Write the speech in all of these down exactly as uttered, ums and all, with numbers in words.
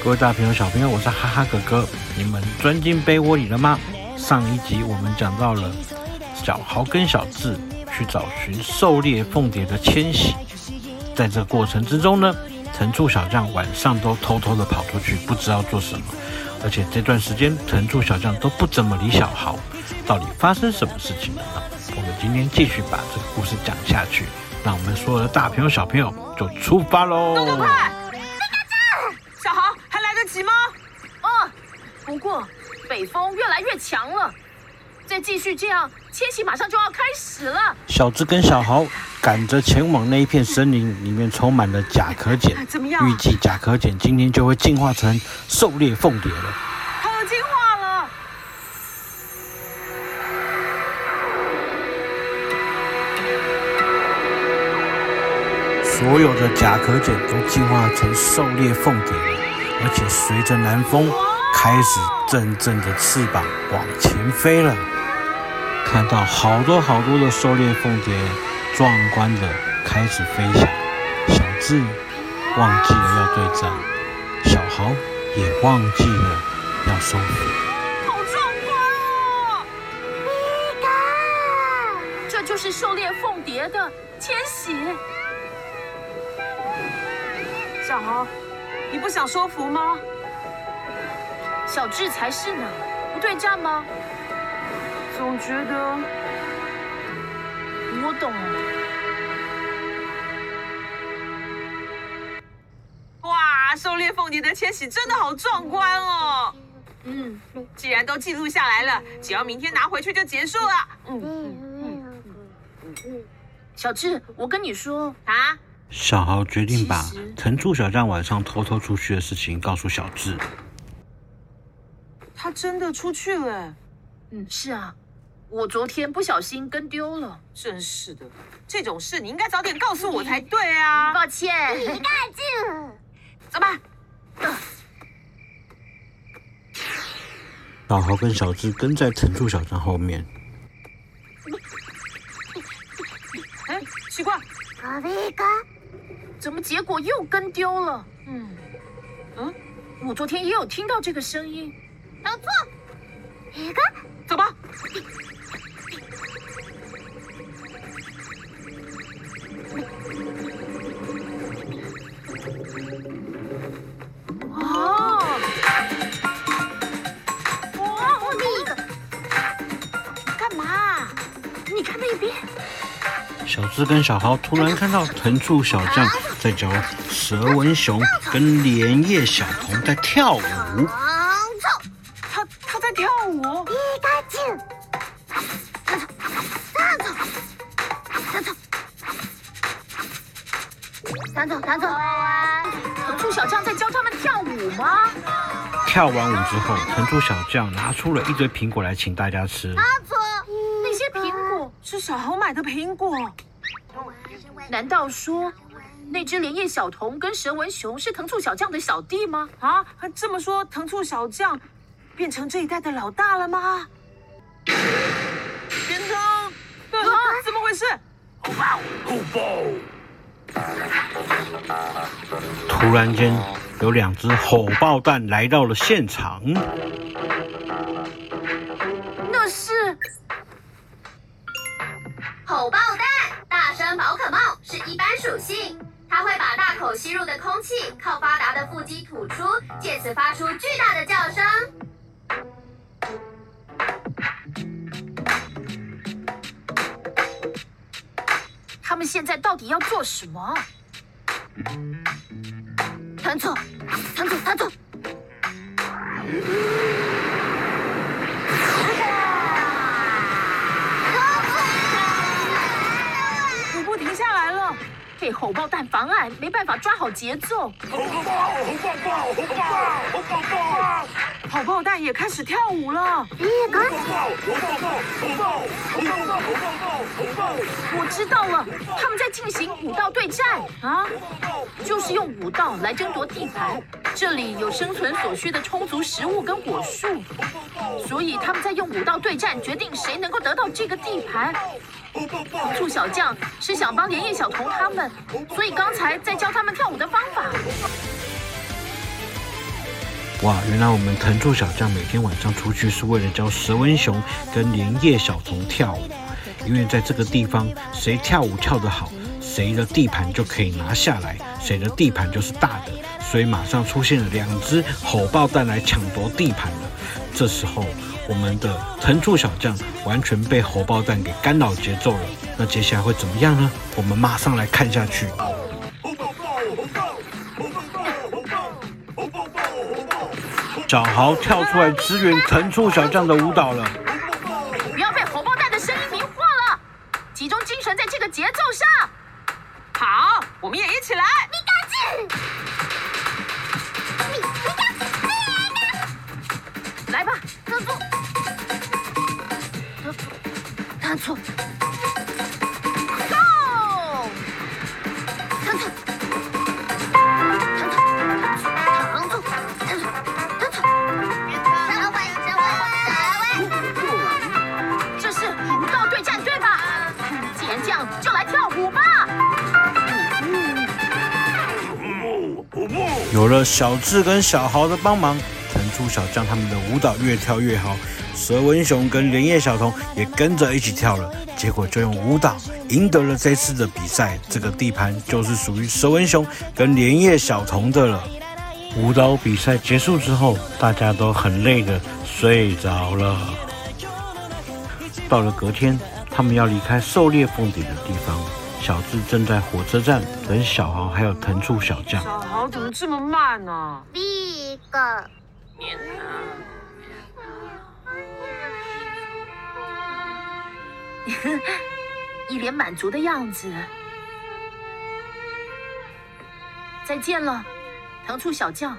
各位大朋友、小朋友，我是哈哈哥哥，你们钻进被窝里了吗？上一集我们讲到了小豪跟小智去找寻狩猎凤蝶的迁徙，在这过程之中呢，藤处小将晚上都偷偷的跑出去，不知道做什么，而且这段时间藤处小将都不怎么理小豪，到底发生什么事情了呢？我们今天继续把这个故事讲下去，让我们所有的大朋友、小朋友就出发喽！ 动作快！小豪还来得及吗？ 哦，不过北风越来越强了，再继续这样，迁徙马上就要开始了。 小智跟小豪赶着前往那一片森林，里面充满了甲壳碱。 怎么样？ 预计甲壳碱今天就会进化成狩猎凤蝶了。 它要进化了！ 所有的甲壳碱都进化成狩猎凤蝶了，而且随着南风开始阵阵的翅膀往前飞了。看到好多好多的狩猎凤蝶壮观的开始飞翔，小智忘记了要对战，小豪也忘记了要收服。 好壮观哦！ 这就是狩猎凤蝶的迁徙。 小豪，你不想收服吗？ 小智才是呢，不对战吗？ 总觉得我懂了。 哇，狩猎凤蝶的迁徙真的好壮观哦！ 嗯， 既然都记录下来了，只要明天拿回去就结束了。嗯， 小智，我跟你说啊， 小豪决定把藤处小将晚上偷偷出去的事情告诉小智。 他真的出去了。 嗯，是啊，我昨天不小心跟丢了。 真是的，这种事你应该早点告诉我才对啊！ 抱歉。 走吧。 小豪跟小智跟在藤处小将后面。 哎，奇怪， 怎么结果又跟丢了？嗯嗯，我昨天也有听到这个声音。 没错。 走吧。 哦， 哦，那个， 干嘛？ 你看那边。 小智跟小豪突然看到藤处小将在教蛇纹熊跟莲叶小童在跳舞。 他他在跳舞。 弹走，弹走。 藤处小将在教他们跳舞吗？ 跳完舞之后，藤处小将拿出了一堆苹果来请大家吃。 那些苹果是小豪买的苹果。 难道说那只莲叶小童跟蛇纹熊是藤处小将的小弟吗？ 啊，这么说藤处小将变成这一代的老大了吗？天灯，啊，怎么回事？ 吼爆！吼爆！ 突然间，有两只吼爆弹来到了现场。 那是吼爆弹，大声宝可梦是一般属性，它会把大口吸入的空气靠发达的腹肌吐出，借此发出巨大的叫声。 他们现在到底要做什么？ 弹错，弹错，弹错。 舞步停下来了。 被吼爆弹妨碍，没办法抓好节奏。 吼爆爆！吼爆爆！吼爆爆！吼爆爆！ 跑爆弹也开始跳舞了。 吼爆爆！吼爆爆！吼爆！吼爆爆！吼爆爆！吼爆！ 我知道了，他们在进行武道对战啊，就是用武道来争夺地盘。这里有生存所需的充足食物跟果树，所以他们在用武道对战，决定谁能够得到这个地盘。藤处小将是想帮莲叶小童他们，所以刚才在教他们跳舞的方法。 哇，原来我们藤柱小将每天晚上出去是为了教蛇纹熊跟连叶小童跳舞，因为在这个地方，谁跳舞跳得好，谁的地盘就可以拿下来，谁的地盘就是大的，所以马上出现了两只吼爆弹来抢夺地盘了。这时候，我们的藤柱小将完全被吼爆弹给干扰节奏了。那接下来会怎么样呢？我们马上来看下去。小豪跳出来支援藤柱小将的舞蹈了。 不要被吼爆弹的声音迷惑了，集中精神在这个节奏上。 好，我们也一起来。 米嘎子，米米嘎， 来吧， 特助， 特助，特助 ，Go！ 特助，特助，特助，特助，特助，神威，神威，神威！ 这是舞蹈对战，对吧？既然这样，就来跳舞吧。 有了小智跟小豪的帮忙，藤柱小将他们的舞蹈越跳越好，蛇纹熊跟连叶小童也跟着一起跳了，结果就用舞蹈赢得了这次的比赛。这个地盘就是属于蛇纹熊跟连叶小童的了。舞蹈比赛结束之后，大家都很累的睡着了。到了隔天，他们要离开狩猎凤蝶的地方。小智正在火车站等小豪还有藤柱小将。 小豪怎么这么慢呢、啊？ 第一个， 一脸满足的样子。再见了，藤柱小将。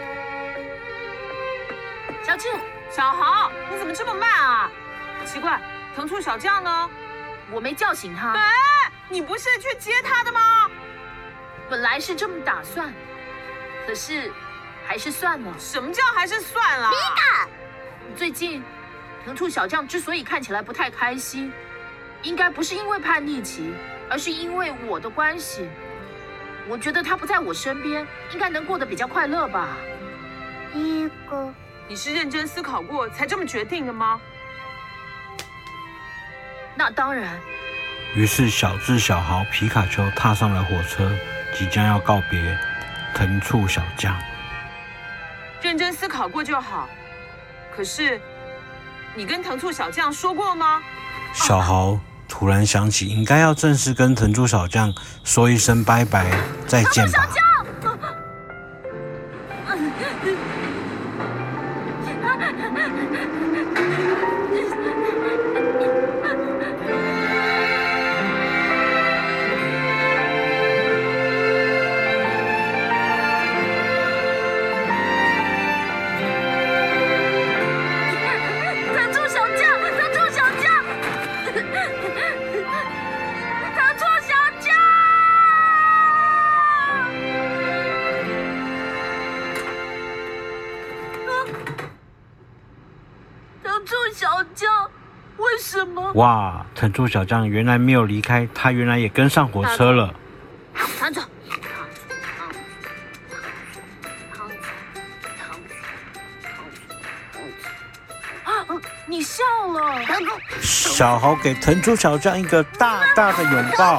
小智， 小豪，你怎么这么慢啊？奇怪，藤柱小将呢？ 我没叫醒他。 哎，你不是去接他的吗？ 本来是这么打算，可是还是算了。 什么叫还是算了？ 最近，藤柱小将之所以看起来不太开心，应该不是因为叛逆期，而是因为我的关系。我觉得他不在我身边，应该能过得比较快乐吧。 第一个， 你是认真思考过才这么决定的吗？ 那当然。 于是小智、小豪、皮卡丘踏上了火车，即将要告别藤柱小将。 认真思考过就好。可是，你跟藤柱小将说过吗？ 小豪突然想起，应该要正式跟藤柱小将说一声拜拜，再见吧。 小将，为什么？ 哇，藤柱小将原来没有离开，他原来也跟上火车了。 团长，啊，你笑了。 小豪给藤柱小将一个大大的拥抱。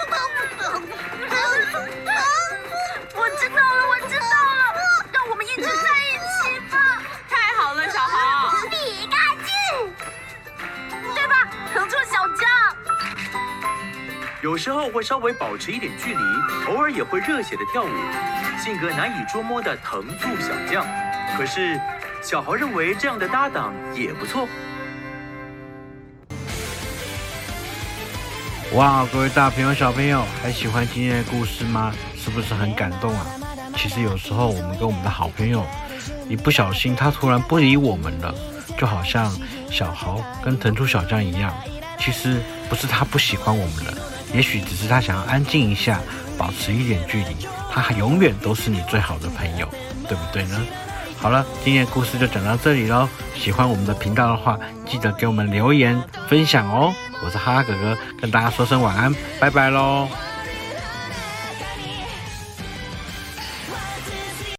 我知道了，我知道了，让我们一直在一起吧。 太好了，小豪。 皮卡丘， 对吧，藤柱小将？ 有时候会稍微保持一点距离，偶尔也会热血的跳舞，性格难以捉摸的藤柱小将。可是小豪认为这样的搭档也不错。 哇，各位大朋友小朋友，还喜欢今天的故事吗？是不是很感动啊？其实有时候我们跟我们的好朋友一不小心他突然不理我们了，就好像小豪跟藤柱小将一样，其实不是他不喜欢我们了，也许只是他想要安静一下，保持一点距离，他永远都是你最好的朋友，对不对呢？好了，今天的故事就讲到这里咯。喜欢我们的频道的话，记得给我们留言分享哦。我是哈哈哥哥，跟大家说声晚安，拜拜咯。